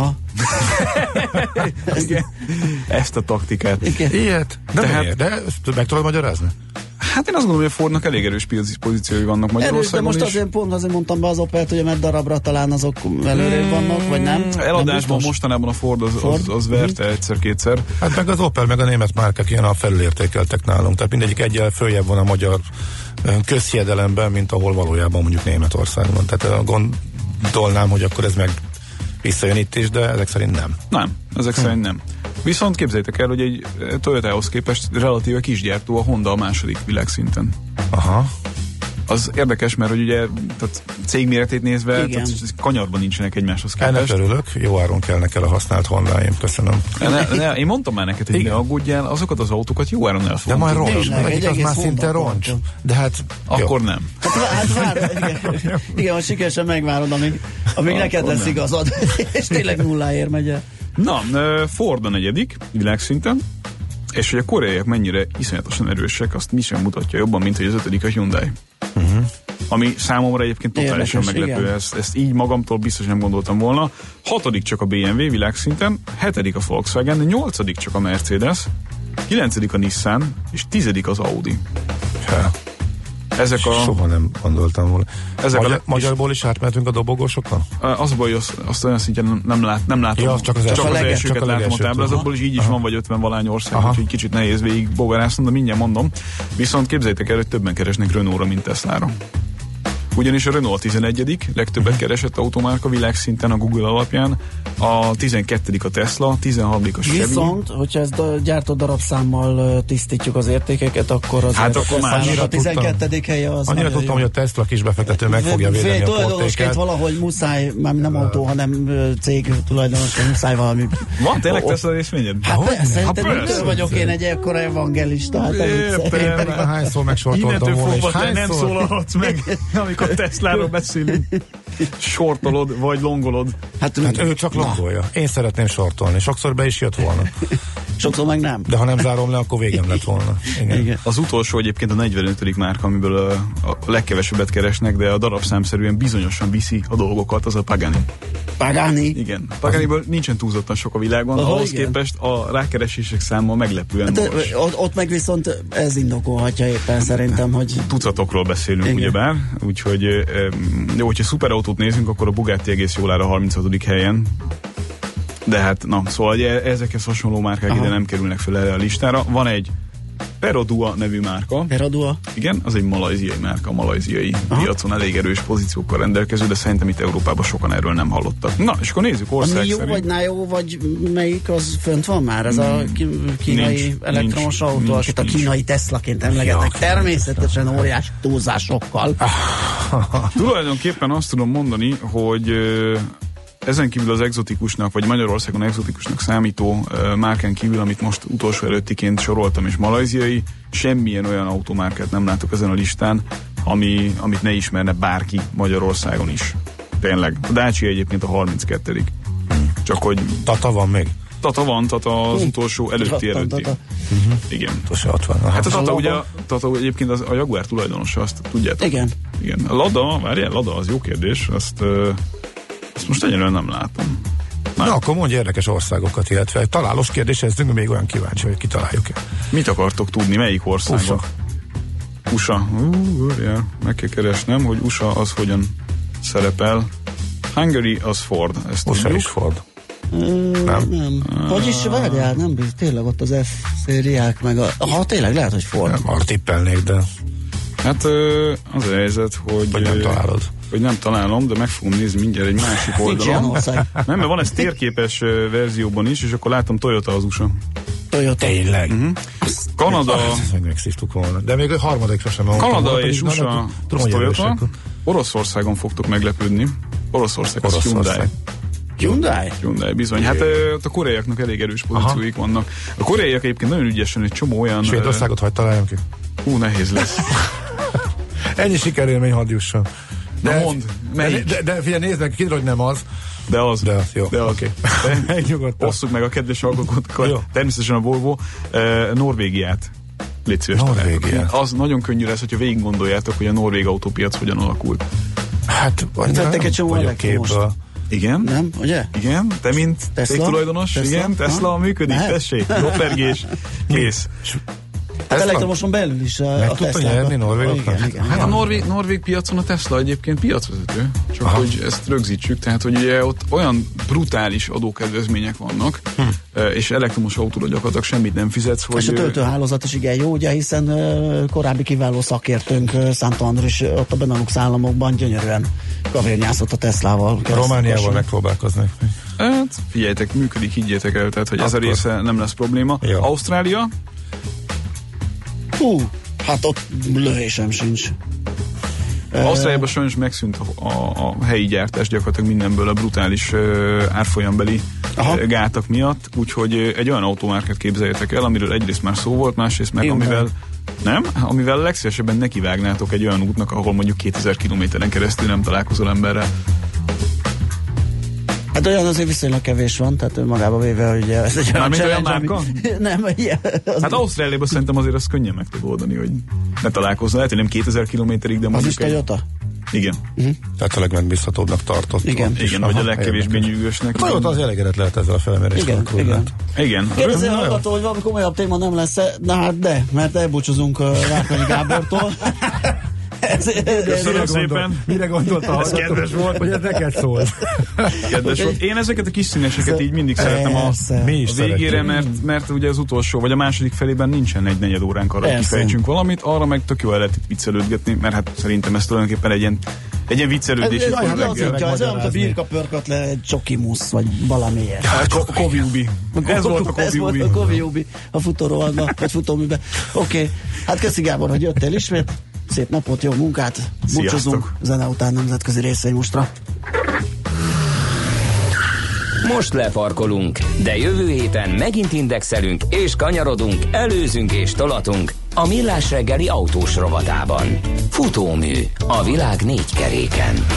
Speaker 5: Ezt a taktikát.
Speaker 4: Ilyet? De meg tudod magyarázni?
Speaker 5: Hát én azt gondolom, hogy a Fordnak elég erős piaci vannak Magyarországon.
Speaker 3: De most azért mondtam be az Opelt, hogy a darabra talán azok előrébb vannak, vagy nem?
Speaker 5: Eladásban mostanában a Ford az verte egyszer-kétszer.
Speaker 4: Hát meg az Opel, meg a német márkák ilyen a felülértékeltek nálunk. Tehát mindegyik egyel följebb van a magyar közhiedelemben, mint ahol valójában mondjuk Németországban. Tehát gondolnám, hogy akkor ez meg visszajön itt is, de ezek szerint nem.
Speaker 5: Nem, ezek szerint nem. Viszont képzeljétek el, hogy egy Toyotához képest relatíve kisgyártó a Honda a második világszinten.
Speaker 4: Aha.
Speaker 5: Az érdekes, mert hogy ugye tehát cégméretét nézve kanyarban nincsenek egymáshoz képest.
Speaker 4: Ennek örülök, jó áron kelnek el a használt Hondáim, köszönöm.
Speaker 5: Én mondtam már neked, hogy ne aggódjál, azokat az autókat jó áron el fogom.
Speaker 4: De majd roncs, az már szinte roncs. De hát
Speaker 5: akkor jó. Nem.
Speaker 3: Hát vár, igen, hogy sikeresen megvárod, amíg neked lesz igazad, és tényleg nulláért megy el.
Speaker 5: Na, Ford a negyedik világszinten, és hogy a koreaiak mennyire iszonyatosan erősek, azt mi sem mutatja jobban, mint hogy az ötödik a Hyundai. Ami számomra egyébként totálisan meglepő. Ezt így magamtól biztos nem gondoltam volna. Hatodik csak a BMW világszinten, hetedik a Volkswagen, nyolcadik csak a Mercedes, kilencedik a Nissan, és tizedik az Audi.
Speaker 4: Soha nem gondoltam volna. Magyarból is átmehetünk a dobogósokon?
Speaker 5: Az a baj, azt olyan szintén nem látom.
Speaker 4: Ja, csak az
Speaker 5: elsőket látom a táblázatból, és így is van vagy 50 valány ország, úgyhogy kicsit nehéz végig bogarásznom, de mindjárt mondom. Viszont képzeljétek el, hogy többen keresnek Renault-ra, mint Tesla-ra. Ugyanis a Renault a 11. legtöbbet keresett automárka világszinten a Google alapján, a 12. a Tesla, 13. a Chevy.
Speaker 3: Viszont, hogyha ezt a gyártó darabszámmal tisztítjuk az értékeket, akkor azért
Speaker 5: akkor már
Speaker 3: a 12. helye az.
Speaker 4: Annyira tudtam, hogy a Tesla kisbefektető meg fogja védeni a
Speaker 3: tulajdonosként valahogy muszáj, nem autó, hanem cég tulajdonosként muszáj valami.
Speaker 5: Van tényleg Tesla részvényed?
Speaker 3: Hát persze, vagyok én egy ekkora evangelista.
Speaker 4: Hányszor megsortoltam volna, és
Speaker 5: nem szólalhatsz meg, amikor Tesláról beszélünk. Sortolod, vagy longolod?
Speaker 4: Hát ő csak longolja. Én szeretném sortolni. Sokszor be is jött volna.
Speaker 3: Sokszor meg nem.
Speaker 4: De ha nem zárom le, akkor végem lett volna.
Speaker 3: Igen.
Speaker 5: Az utolsó egyébként a 45. márka, amiből a legkevesebbet keresnek, de a darabszámszerűen bizonyosan viszi a dolgokat, az a Pagani.
Speaker 3: Pagani?
Speaker 5: Igen. Paganiből nincsen túlzottan sok a világon, ahhoz képest a rákeresések száma meglepően magas.
Speaker 3: Ott meg viszont ez indokolhatja éppen szerintem, hogy...
Speaker 5: Tucatokról beszélünk, ugyebár, úgyhogy jó, hogyha szuperautót nézünk, akkor a Bugatti egész jól áll a 36. helyen. De hát, szóval ezekhez hasonló márkák ide nem kerülnek fel erre a listára. Van egy Perodua nevű márka.
Speaker 3: Perodua?
Speaker 5: Igen, az egy malajziai márka, a malajziai piacon elég erős pozíciókkal rendelkező, de szerintem itt Európában sokan erről nem hallottak. Na, és akkor nézzük ország
Speaker 3: szerint.
Speaker 5: szerint.
Speaker 3: Vagy Nayo, vagy melyik az fönt van már? Ez a kínai elektromos autó, akit a kínai Teslaként emlegetnek. Természetesen óriás túlzásokkal.
Speaker 5: Tulajdonképpen azt tudom mondani, hogy ezen kívül az egzotikusnak, vagy Magyarországon egzotikusnak számító márkán kívül, amit most utolsó előttiként soroltam, és malajziai, semmilyen olyan automárkát nem látok ezen a listán, amit ne ismerne bárki Magyarországon is. Tényleg. A Dacia egyébként a 32. Csak hogy...
Speaker 4: Tata van még?
Speaker 5: Tata az utolsó előtti. Igen.
Speaker 4: Ott van.
Speaker 5: Hát a Tata egyébként a Jaguar tulajdonosa, azt tudjátok?
Speaker 3: Igen.
Speaker 5: A Lada, az jó kérdés, azt most egyelőre nem látom.
Speaker 4: Na, akkor mondj érdekes országokat, illetve találós kérdéshez még olyan kíváncsi, hogy kitaláljuk-e.
Speaker 5: Mit akartok tudni? Melyik országok? USA. Meg kell keresnem, hogy USA az hogyan szerepel. Hungary az Ford. Ezt
Speaker 4: USA is Ford.
Speaker 3: Nem. Vagyis várjál, nem bíz, tényleg ott az F-szériák, meg tényleg lehet, hogy Ford.
Speaker 4: Nem, arra tippelnék, de...
Speaker 5: Hát az a helyzet, hogy...
Speaker 4: Vagy nem találod.
Speaker 5: Hogy nem találom, de meg fogom nézni mindjárt egy másik oldalon. Nem, mert van ez térképes verzióban is, és akkor látom Toyota az USA.
Speaker 3: Toyota.
Speaker 4: Tényleg.
Speaker 5: Kanada.
Speaker 4: Ezt megszívtuk volna. De még a harmadikra sem mondtam.
Speaker 5: Kanada és USA Toyota. Oroszországon fogtok meglepődni. Oroszország az Hyundai, bizony. Hát a koreaiaknak elég erős pozícióik vannak. A koreaiak egyébként nagyon ügyesen egy csomó olyan...
Speaker 4: Svédországot hagy találjam ki?
Speaker 5: Nehéz lesz.
Speaker 4: Ennyi sikerélmény hadd jusson.
Speaker 5: De mondd, melyik?
Speaker 4: De figyelj, nézd meg, kiderül, hogy nem az.
Speaker 5: De az.
Speaker 4: Jó,
Speaker 5: oké. Osszuk meg a kedves hallgatókat. Természetesen a Volvo. Norvégiát. Légy szíves.
Speaker 4: Norvégiát.
Speaker 5: Az nagyon könnyű lesz, hogyha végig gondoljátok, hogy a norvég autópiac hogyan alakult.
Speaker 4: Hát,
Speaker 3: tettek egy csomó elektromos.
Speaker 5: Igen?
Speaker 3: Nem, ugye?
Speaker 5: Igen, te mint cégtulajdonos, igen, Tesla működik, tessék, roppergés, kész.
Speaker 3: Hát elektromoson belül is
Speaker 4: meg tudta nyerni Norvégoknak?
Speaker 5: Hát a norvég piacon a Tesla egyébként piacvezető, csak hogy ezt rögzítsük, tehát hogy ugye ott olyan brutális adókedvezmények vannak, és elektromos autóra gyakorlatilag semmit nem fizetsz. Hogy
Speaker 3: és a töltőhálózat is igen jó, ugye, hiszen korábbi kiváló szakértőnk Szánta Andris ott a Benelux államokban gyönyörűen kavérnyászott a Teslával.
Speaker 4: Romániával megpróbálkoznak.
Speaker 5: Hát figyeljetek, működik, higgyétek el, tehát hogy ez a része nem lesz probléma. Jó. Ausztrália?
Speaker 3: Hát ott lövésem sincs.
Speaker 5: Ausztráliában sajnos megszűnt a helyi gyártás gyakorlatilag mindenből a brutális árfolyambeli gátak miatt, úgyhogy egy olyan automárkát képzeljetek el, amiről egyrészt már szó volt, másrészt meg amivel legszívesebben nekivágnátok egy olyan útnak, ahol mondjuk 2000 kilométeren keresztül nem találkozol emberrel.
Speaker 3: Hát olyan azért viszonylag kevés van, tehát önmagába véve, hogy ez egy
Speaker 5: olyan márka?
Speaker 3: Nem, ilyen.
Speaker 5: Hát Ausztráliában szerintem azért azt könnyen meg tud oldani, hogy ne találkozzon. Lehet, hogy nem 2000 kilométerig, de mondjuk...
Speaker 3: Az is Toyota?
Speaker 5: Igen.
Speaker 4: Tehát a legmegbízhatóbbnak tartott.
Speaker 3: Igen.
Speaker 5: Vagy a legkevésbé nyűgösnek.
Speaker 4: Toyota az elégedett lehet ezzel a felméréssel.
Speaker 5: Igen.
Speaker 3: Kérdezzél hallgató, hogy valami komolyabb téma nem lesz-e? Na hát mert elbúcsúzunk Várkonyi Gábortól.
Speaker 5: Köszönöm szépen.
Speaker 11: Mire gondolta?
Speaker 5: Ez kedves volt.
Speaker 11: Hogy ez neked szól.
Speaker 5: Kedves volt. Én ezeket a kis színeseket így mindig szeretem a végére, mert ugye az utolsó, vagy a második felében nincsen egy negyed óránk arra, hogy kifejtsünk valamit, arra meg tök jól lehet itt viccelődgetni, mert hát szerintem ez tulajdonképpen egy ilyen viccelődési
Speaker 3: reggel. Ez olyan, a birkapörköt le egy csokimusz, vagy valamiért.
Speaker 5: Koviubi. Ez volt a
Speaker 3: Koviubi a futórovatban, vagy futóműben. Oké, hát köszi Gábor, hogy jöttél ismét. Szép napot, jó munkát. Búcsúzunk zene után nemzetközi részvénymustra.
Speaker 1: Most lefarkolunk, de jövő héten megint indexelünk és kanyarodunk, előzünk és tolatunk a Millás reggeli autós rovatában. Futómű a világ 4 keréken.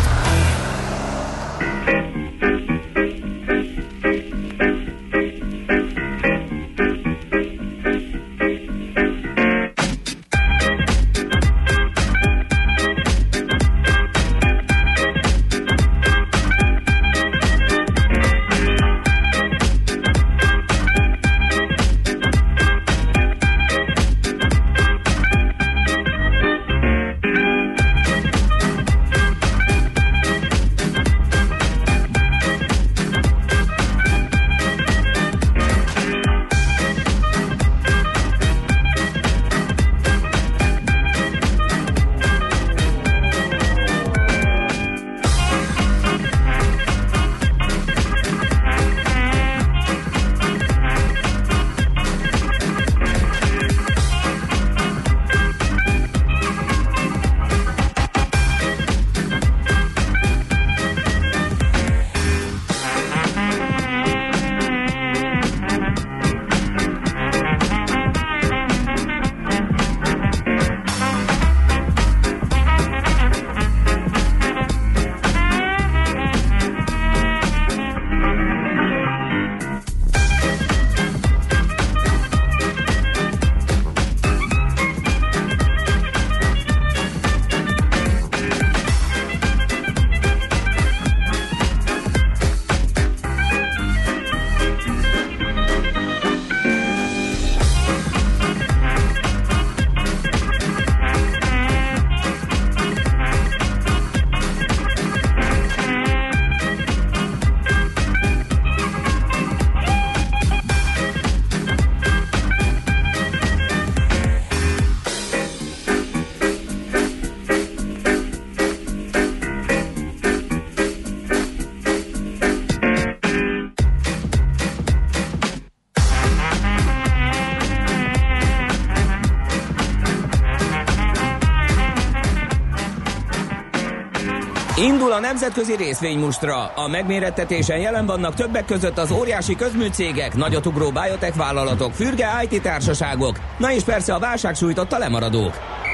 Speaker 1: Indul a nemzetközi részvénymustra. A megmérettetésen jelen vannak többek között az óriási közműcégek, nagyotugró biotech vállalatok, fürge IT társaságok, na és persze a válság sújtotta lemaradók.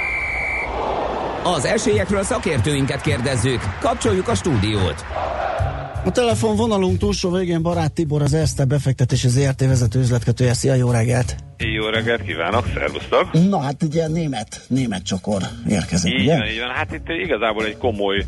Speaker 1: Az esélyekről szakértőinket kérdezzük. Kapcsoljuk a stúdiót.
Speaker 3: A telefonvonalunk túlsó végén Barát Tibor, az Erste befektetési ZRT vezető üzletkötője. Szia, jó reggelt!
Speaker 12: Jó reggelt kívánok, szervusztok!
Speaker 3: Na hát ugye német csokor érkezik,
Speaker 12: így van. Hát itt igazából egy komoly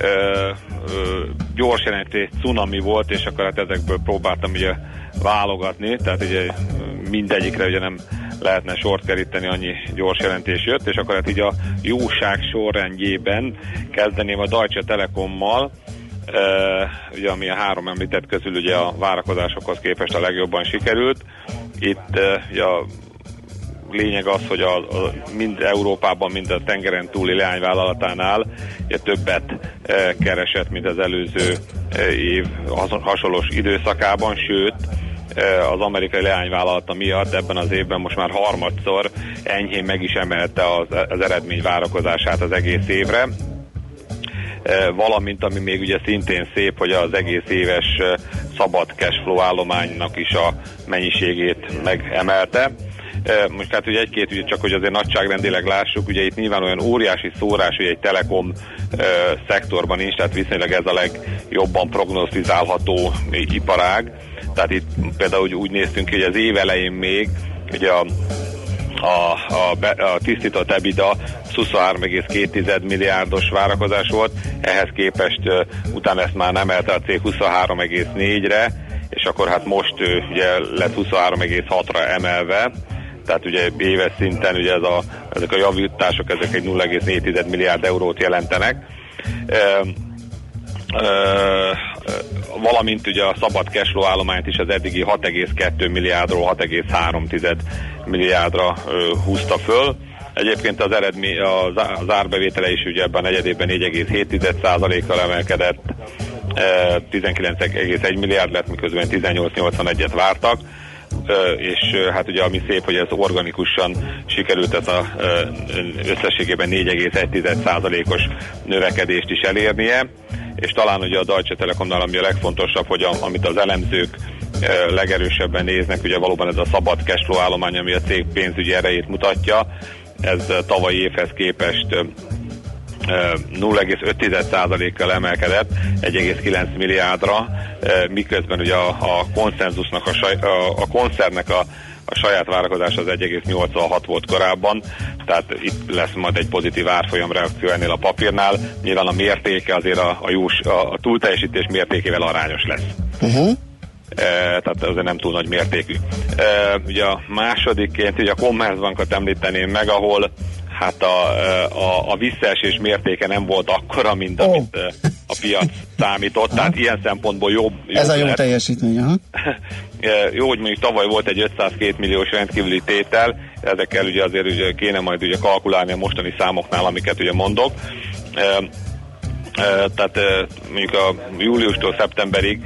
Speaker 12: gyors jelentés cunami volt, és akkor hát ezekből próbáltam ugye válogatni, tehát ugye mindegyikre ugye nem lehetne sort keríteni, annyi gyors jelentés jött, és akkor hát így a jóság sorrendjében kezdeném a Deutsche Telekommal, ugye ami a három említett közül ugye a várakozásokhoz képest a legjobban sikerült. Itt ugye a lényeg az, hogy mind Európában, mind a tengeren túli leányvállalatánál ugye többet keresett, mint az előző év hasonlós időszakában, sőt az amerikai leányvállalata miatt ebben az évben most már harmadszor enyhén meg is emelte az eredmény várakozását az egész évre. Valamint, ami még ugye szintén szép, hogy az egész éves szabad cashflow állománynak is a mennyiségét megemelte. Most hát ugye egy-két ügy, csak hogy azért nagyságrendileg lássuk, ugye itt nyilván olyan óriási szórás, hogy egy telekom szektorban nincs, tehát viszonylag ez a legjobban prognosztizálható iparág. Tehát itt például úgy néztünk ki, hogy az év elején még ugye a tisztított EBITDA 23,2 milliárdos várakozás volt, ehhez képest utána ezt már emelte a cég 23,4-re, és akkor hát most ugye lett 23,6-ra emelve, tehát ugye éves szinten ugye ezek a javítások, ezek egy 0,4 milliárd eurót jelentenek. Valamint ugye a szabad cashflow állományt is az eddigi 6,2 milliárdról 6,3 milliárdra húzta föl. Egyébként az eredmény, az árbevétele is ugye ebben a negyedében 4,7%-kal emelkedett, 19,1 milliárd lett, miközben 18,81-et vártak, és hát ugye ami szép, hogy ez organikusan sikerült ez összességében 4,1%-os növekedést is elérnie, és talán ugye a Deutsche Telekomnál ami a legfontosabb, hogy amit az elemzők legerősebben néznek, ugye valóban ez a szabad cashflow állomány, ami a cég pénzügyi erejét mutatja, ez tavalyi évhez képest 0,5%-kal emelkedett 1,9 milliárdra, miközben ugye a konszenzusnak, a koncernnek a saját várakozása az 1,86 volt korábban, tehát itt lesz majd egy pozitív árfolyam reakció ennél a papírnál. Nyilván a mértéke azért a túlteljesítés mértékével arányos lesz. Tehát azért nem túl nagy mértékű. Ugye a másodikként ugye a Commerzbankot említeném meg, ahol hát a visszaesés mértéke nem volt akkora, mint amit a piac számított, tehát ilyen szempontból jobb.
Speaker 3: Ez a jó teljesítmény, aha.
Speaker 12: Jó, hogy mondjuk tavaly volt egy 502 milliós rendkívüli tétel, ezekkel ugye azért ugye kéne majd ugye kalkulálni a mostani számoknál, amiket ugye mondok. Tehát mondjuk a júliustól szeptemberig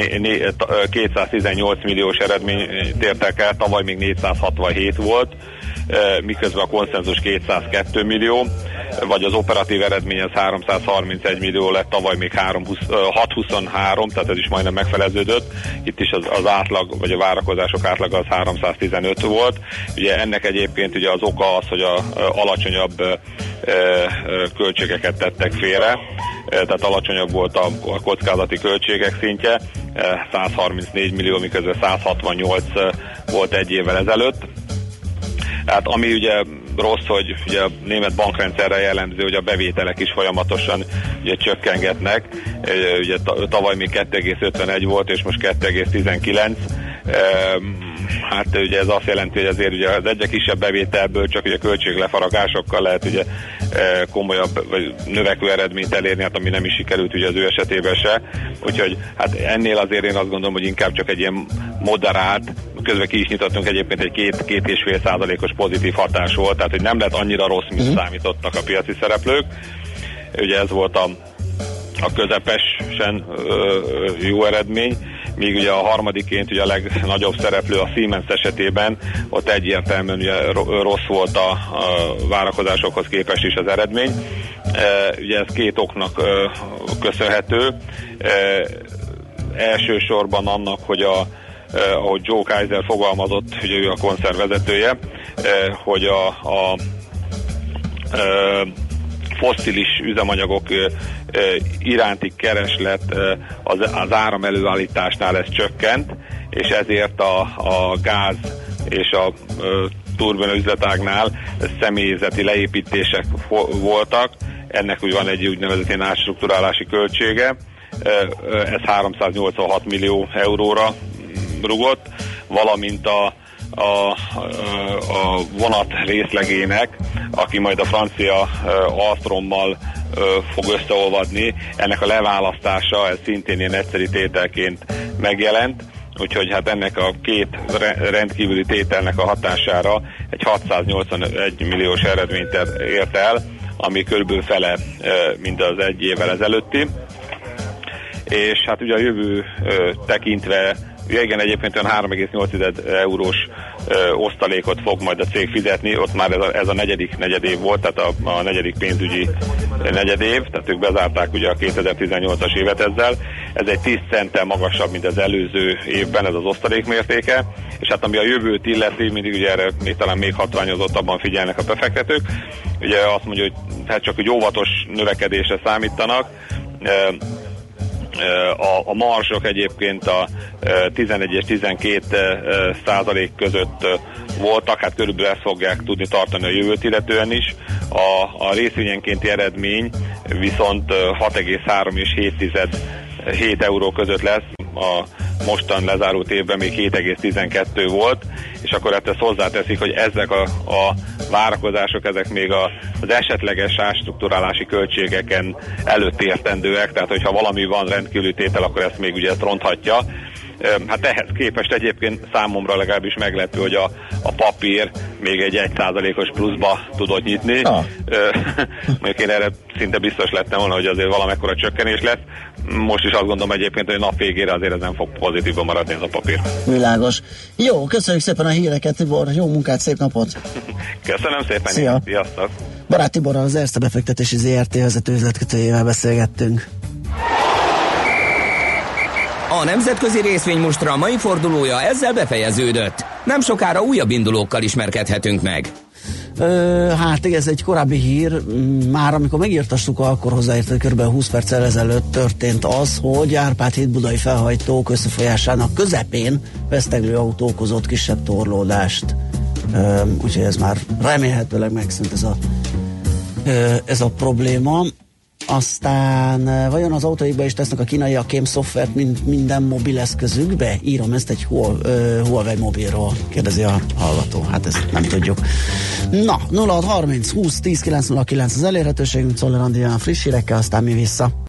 Speaker 12: 218 milliós eredményt értek el, tavaly még 467 volt, miközben a konszenzus 202 millió, vagy az operatív eredmény az 331 millió lett, tavaly még 623, tehát ez is majdnem megfeleződött. Itt is az átlag, vagy a várakozások átlaga az 315 volt. Ugye ennek egyébként ugye az oka az, hogy alacsonyabb költségeket tettek félre, tehát alacsonyabb volt a kockázati költségek szintje, 134 millió, miközben 168 volt egy évvel ezelőtt. Hát ami ugye rossz, hogy ugye a német bankrendszerre jellemző, hogy a bevételek is folyamatosan ugye csökkengetnek. Ugye tavaly még 2,51 volt, és most 2,19. Hát ugye ez azt jelenti, hogy azért ugye az egyre kisebb bevételből csak ugye költséglefaragásokkal lehet ugye komolyabb vagy növekvő eredményt elérni, hát ami nem is sikerült ugye az ő esetében se. Úgyhogy hát ennél azért én azt gondolom, hogy inkább csak egy ilyen moderált, közben ki is nyitottunk egyébként egy 2,5%-os pozitív hatás volt, tehát hogy nem lett annyira rossz, mint számítottak a piaci szereplők. Ugye ez volt a közepesen jó eredmény, míg ugye a harmadiként ugye a legnagyobb szereplő a Siemens esetében, ott egyértelműen ugye rossz volt a várakozásokhoz képest is az eredmény. Ugye ez két oknak köszönhető. Elsősorban annak, hogy ahogy Joe Kaiser fogalmazott, hogy ő a koncern vezetője, hogy a fosszilis üzemanyagok iránti kereslet az áram előállításnál ez csökkent, és ezért a gáz és a turbina üzletágnál személyzeti leépítések voltak. Ennek úgy van egy úgynevezett ilyen átstrukturálási költsége. Ez 386 millió euróra rugott, valamint a vonat részlegének, aki majd a francia Alstrommal fog összeolvadni, ennek a leválasztása, ez szintén ilyen egyszeri tételként megjelent, úgyhogy hát ennek a két rendkívüli tételnek a hatására egy 681 milliós eredményt ért el, ami körülbelül fele, mint az egy évvel ezelőtti. És hát ugye a jövő tekintve, igen, egyébként olyan 3,8 eurós osztalékot fog majd a cég fizetni, ott már ez a negyedik negyedév volt, tehát a negyedik pénzügyi negyedév, tehát ők bezárták ugye a 2018-as évet ezzel. Ez egy 10 centtel magasabb, mint az előző évben ez az osztalék mértéke, és hát ami a jövőt illeti, mindig ugye erre talán még hatványozottabban figyelnek a befektetők, ugye azt mondja, hogy hát csak egy óvatos növekedésre számítanak. A marzsok egyébként a 11 és 12 százalék között voltak, hát körülbelül ezt fogják tudni tartani a jövőt illetően is. A részvényenkénti eredmény viszont 6,3 és 7 euró között lesz. mostan lezárult évben még 7,12 volt, és akkor hát ezt hozzáteszik, hogy ezek a várakozások, ezek még az esetleges árstrukturálási költségeken előtt értendőek, tehát hogyha valami van rendkívüli tétel, akkor ezt még ugye ronthatja. Hát ehhez képest egyébként számomra legalábbis meglepő, hogy a papír még egy 1%-os pluszba tudott nyitni. Mondjuk én erre szinte biztos lettem volna, hogy azért valamekkora csökkenés lesz. Most is azt gondolom egyébként, hogy nap végére azért ez nem fog pozitívban maradni ez a papír.
Speaker 3: Világos. Jó, köszönjük szépen a híreket, Tibor. Jó munkát, szép napot!
Speaker 12: Köszönöm szépen!
Speaker 3: Szia.
Speaker 12: Sziasztok!
Speaker 3: Barát Tiborral, az Erste befektetési ZRT vezető üzletkötőjével beszélgettünk.
Speaker 1: A nemzetközi részvénymustra mai fordulója ezzel befejeződött. Nem sokára újabb indulókkal ismerkedhetünk meg.
Speaker 3: Hát igen, ez egy korábbi hír. Már amikor megírtassuk, akkor hozzáért, hogy kb. 20 perccel ezelőtt történt az, hogy Árpád híd budai felhajtók összefolyásának közepén veszteglő autó okozott kisebb torlódást. Úgyhogy ez már remélhetőleg megszűnt ez a probléma. Aztán vajon az autóikba is tesznek a kínaiak kém szoftvert, mint minden mobileszközükbe? Írom ezt egy Huawei mobilról, kérdezi a hallgató. Hát ezt nem tudjuk. Na, 0630 20 10 909 az elérhetőségünk, Czoller Andrián friss hírekkel, aztán mi vissza.